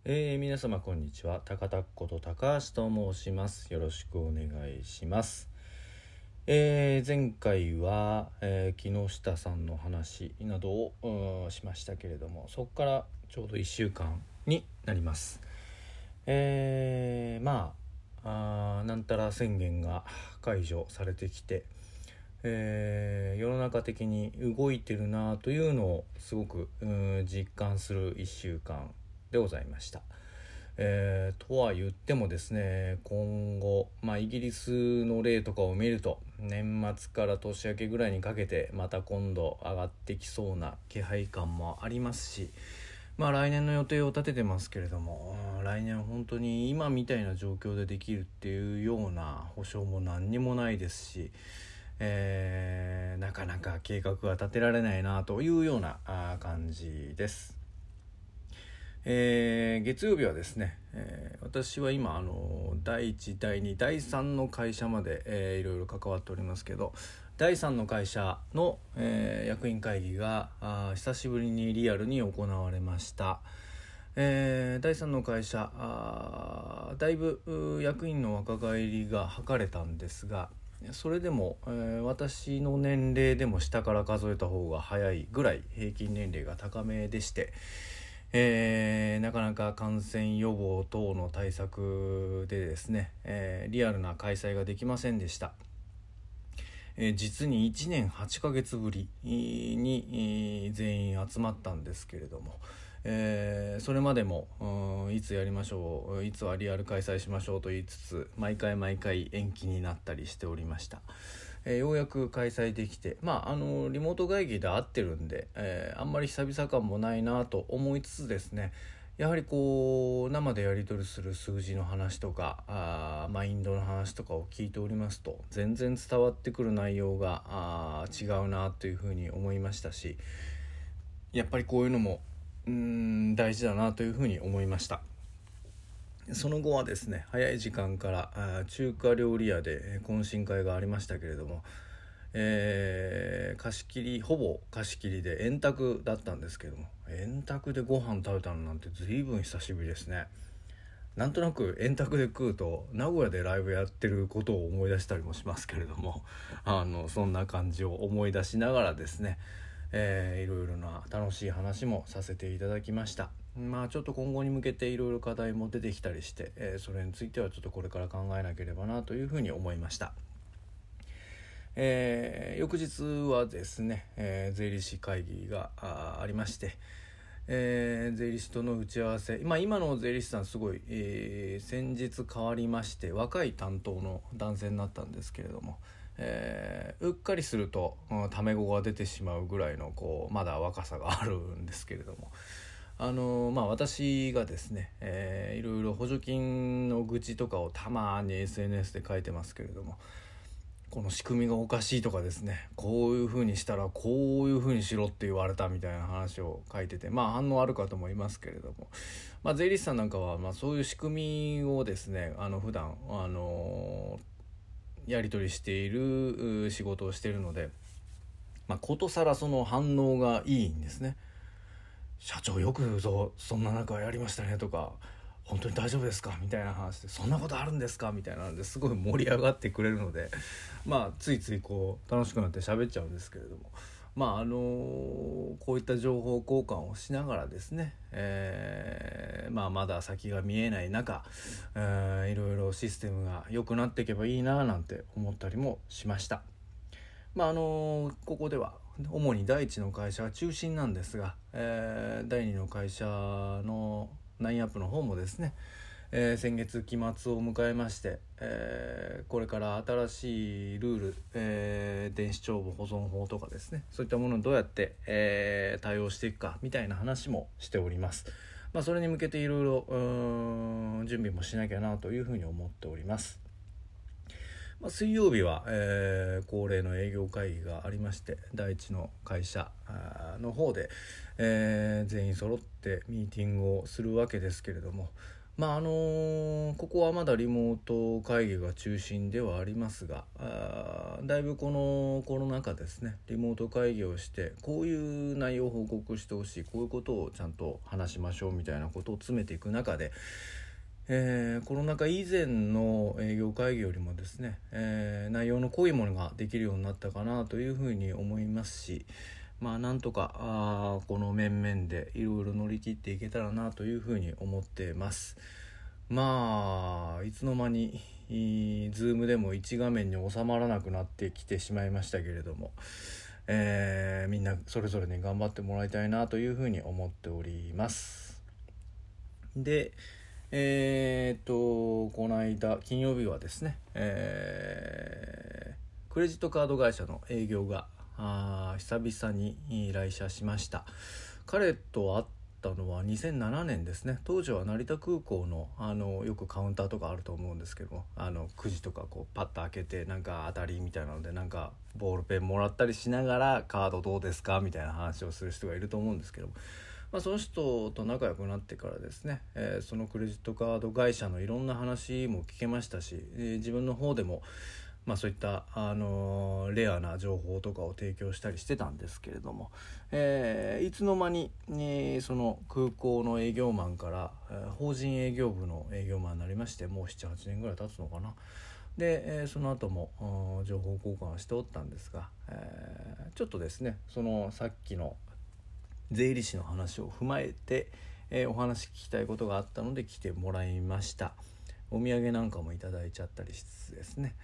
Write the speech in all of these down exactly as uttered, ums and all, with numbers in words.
えー、皆様こんにちは。高田こと高橋と申します。よろしくお願いします。えー、前回は、えー、木下さんの話などをしましたけれども、そこからちょうどいっしゅうかんになります。えー、まあ、あなんたら宣言が解除されてきて、えー、世の中的に動いてるなというのをすごく実感するいっしゅうかんでございました。えー、とは言ってもですね、今後、まあ、イギリスの例とかを見ると年末から年明けぐらいにかけてまた今度上がってきそうな気配感もありますし、まあ来年の予定を立ててますけれども、来年本当に今みたいな状況でできるっていうような保証も何にもないですし、えー、なかなか計画が立てられないなというような感じです。えー、月曜日はですね、えー、私は今あのだいいちだいにだいさんの会社まで、えー、いろいろ関わっておりますけど、だいさんの会社の、えー、役員会議があ久しぶりにリアルに行われました。えー、だいさんの会社あだいぶ役員の若返りが図れたんですが、それでも、えー、私の年齢でも下から数えた方が早いぐらい平均年齢が高めでして、えー、なかなか感染予防等の対策でですね、えー、リアルな開催ができませんでした。えー、実にいちねんはちかげつぶりに全員集まったんですけれども、えー、それまでもいつやりましょう、いつはリアル開催しましょうと言いつつ毎回毎回延期になったりしておりました。えー、ようやく開催できて、まあ、あのリモート会議で会ってるんで、えー、あんまり久々感もないなと思いつつですね、やはりこう生でやり取りする数字の話とかあマインドの話とかを聞いておりますと、全然伝わってくる内容があ違うなというふうに思いましたし、やっぱりこういうのもうーん大事だなというふうに思いました。その後はですね、早い時間からあ中華料理屋で懇親会がありましたけれども、えー、貸し切りほぼ貸し切りで円卓だったんですけども、円卓でご飯食べたのなんて随分久しぶりですね。なんとなく円卓で食うと名古屋でライブやってることを思い出したりもしますけれども、あのそんな感じを思い出しながらですね、えー、いろいろな楽しい話もさせていただきました。まあちょっと今後に向けていろいろ課題も出てきたりして、えー、それについてはちょっとこれから考えなければなというふうに思いました。えー、翌日はですね、えー、税理士会議が あ, ありまして、えー、税理士との打ち合わせ、まあ、今の税理士さんすごい、えー、先日変わりまして若い担当の男性になったんですけれども、えー、うっかりすると、うん、タメ語が出てしまうぐらいのこうまだ若さがあるんですけれども、あのーまあ、私がですね、えー、いろいろ補助金の愚痴とかをたまに エスエヌエス で書いてますけれども、この仕組みがおかしいとかですね、こういう風にしたらこういう風にしろって言われたみたいな話を書いてて、まあ反応あるかと思いますけれども、まあ税理士さんなんかはまあそういう仕組みをですね、あの普段あのー、やり取りしている仕事をしているので、まあことさらその反応がいいんですね。社長よくぞそんな中やりましたねとか、本当に大丈夫ですかみたいな話で、そんなことあるんですかみたいなのですごい盛り上がってくれるので、まあついついこう楽しくなって喋っちゃうんですけれども、まああのー、こういった情報交換をしながらですね、えー、まあまだ先が見えない中、えー、いろいろシステムが良くなっていけばいいななんて思ったりもしました。まああのー、ここでは主にだいいちの会社が中心なんですが、えー、だいにの会社のナインアップの方もですね、えー、先月期末を迎えまして、えー、これから新しいルール、えー、電子帳簿保存法とかですね、そういったものをどうやって、えー、対応していくかみたいな話もしております。まあ、それに向けていろいろ準備もしなきゃなというふうに思っております。まあ、水曜日は、えー、恒例の営業会議がありまして、第一の会社の方で、えー、全員揃ってミーティングをするわけですけれども、 まああのここはまだリモート会議が中心ではありますが、あだいぶこのコロナ禍ですね、リモート会議をしてこういう内容を報告してほしい、こういうことをちゃんと話しましょうみたいなことを詰めていく中で、えー、コロナ禍以前の営業会議よりもですね、えー、内容の濃いものができるようになったかなというふうに思いますし、まあなんとかあこの面々でいろいろ乗り切っていけたらなというふうに思ってます。まあいつの間にズームでも一画面に収まらなくなってきてしまいましたけれども、えー、みんなそれぞれに頑張ってもらいたいなというふうに思っております。でえー、っとこの間金曜日はですね、えー、クレジットカード会社の営業があ久々に来社しました。彼と会ったのはにせんななねんですね。当時は成田空港の、あのよくカウンターとかあると思うんですけども、あのくじとかこうパッと開けてなんか当たりみたいなのでなんかボールペンもらったりしながらカードどうですかみたいな話をする人がいると思うんですけども、まあ、その人と仲良くなってからですね、えー、そのクレジットカード会社のいろんな話も聞けましたし、えー、自分の方でも、まあ、そういった、あのー、レアな情報とかを提供したりしてたんですけれども、えー、いつの間に、えー、その空港の営業マンから、えー、法人営業部の営業マンになりまして、もう ななはちねんぐらい経つのかな。で、えー、その後も情報交換をしておったんですが、えー、ちょっとですねそのさっきの税理士の話を踏まえて、えー、お話聞きたいことがあったので来てもらいました。お土産なんかもいただいちゃったりしつつですね、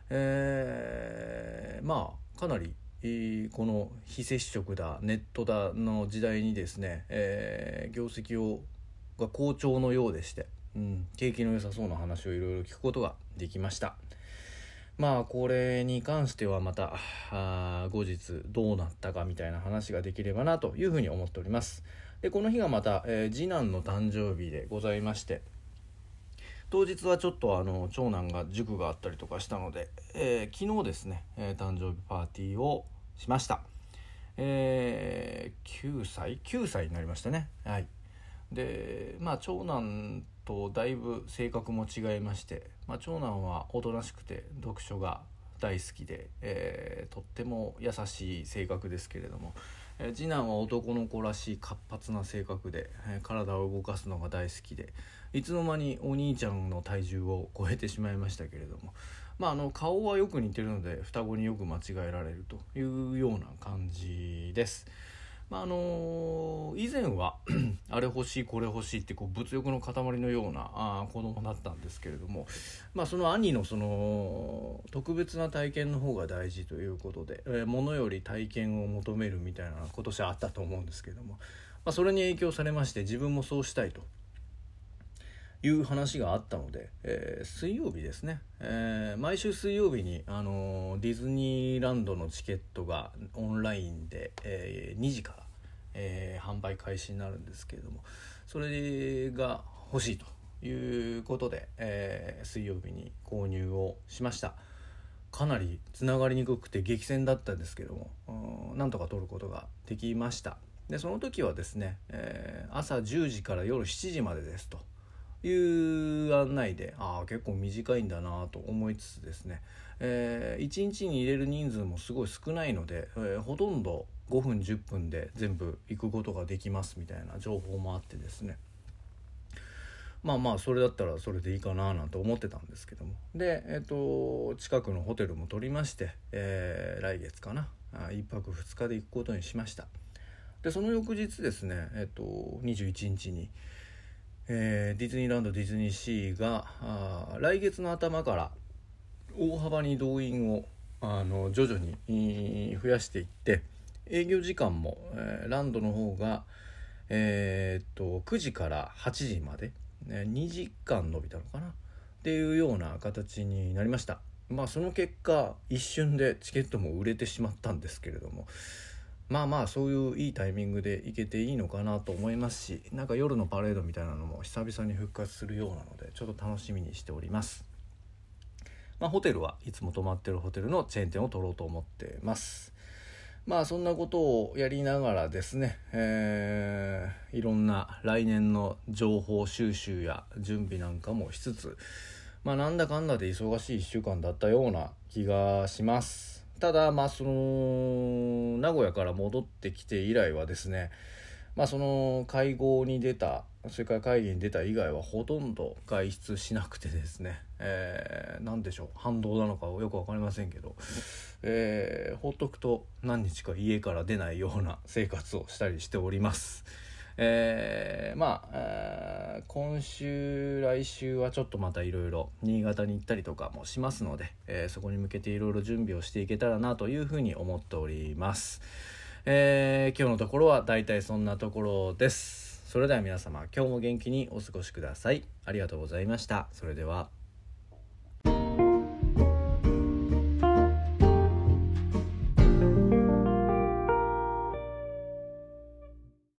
えー、まあかなり、えー、この非接触だネットだの時代にですね、えー、業績をが好調のようでして、うん、景気の良さそうな話をいろいろ聞くことができました。まあこれに関してはまたあ後日どうなったかみたいな話ができればなというふうに思っております。でこの日がまた、えー、次男の誕生日でございまして、当日はちょっとあの長男が塾があったりとかしたので、えー、昨日ですね、えー、誕生日パーティーをしました。えー、きゅうさいきゅうさいになりましたね。はい。でまあ長男とだいぶ性格も違いまして、まあ、長男はおとなしくて読書が大好きで、えー、とっても優しい性格ですけれども、えー、次男は男の子らしい活発な性格で、えー、体を動かすのが大好きで、いつの間にお兄ちゃんの体重を超えてしまいましたけれども、まあ、あの顔はよく似てるので双子によく間違えられるというような感じです。まああのー、以前はあれ欲しいこれ欲しいってこう物欲の塊のようなあ子供だったんですけれども、まあ、その兄のその特別な体験の方が大事ということで、えー、物より体験を求めるみたいな今年はあったと思うんですけれども、まあ、それに影響されまして自分もそうしたいという話があったので、えー、水曜日ですね、えー、毎週水曜日に、あのー、ディズニーランドのチケットがオンラインで、えー、にじから、えー、販売開始になるんですけれども、それが欲しいということで、えー、水曜日に購入をしました。かなりつながりにくくて激戦だったんですけども、なんとか取ることができました。でその時はですね、えー、朝じゅうじから夜しちじまでですという案内で、ああ結構短いんだなと思いつつですね、えー、いちにちに入れる人数もすごい少ないので、えー、ほとんどごふんじゅっぷんで全部行くことができますみたいな情報もあってですね、まあまあそれだったらそれでいいかななんて思ってたんですけども、で、えー、と近くのホテルも取りまして、えー、来月かないっぱくふつかで行くことにしました。でその翌日ですね、えー、とにじゅういちにちにえー、ディズニーランドディズニーシーがあ来月の頭から大幅に動員をあの徐々に増やしていって、営業時間も、えー、ランドの方が、えー、っとくじからはちじまで、ね、にじかん伸びたのかなっていうような形になりました。まあその結果一瞬でチケットも売れてしまったんですけれども、まあまあそういういいタイミングで行けていいのかなと思いますし、なんか夜のパレードみたいなのも久々に復活するようなのでちょっと楽しみにしております。まあホテルはいつも泊まってるホテルのチェーン店を取ろうと思ってます。 まあそんなことをやりながらですね、えーいろんな来年の情報収集や準備なんかもしつつ、まあなんだかんだで忙しいいっしゅうかんだったような気がします。ただまあその名古屋から戻ってきて以来はですね、まあその会合に出た、それから会議に出た以外はほとんど外出しなくてですね、えー、なんでしょう、反動なのかよく分かりませんけど、えー、ほっとくと何日か家から出ないような生活をしたりしております。えー、まあ、えー今週来週はちょっとまたいろいろ新潟に行ったりとかもしますので、えーそこに向けていろいろ準備をしていけたらなというふうに思っております。えー今日のところはだいたいそんなところです。それでは皆様、今日も元気にお過ごしください。ありがとうございました。それでは。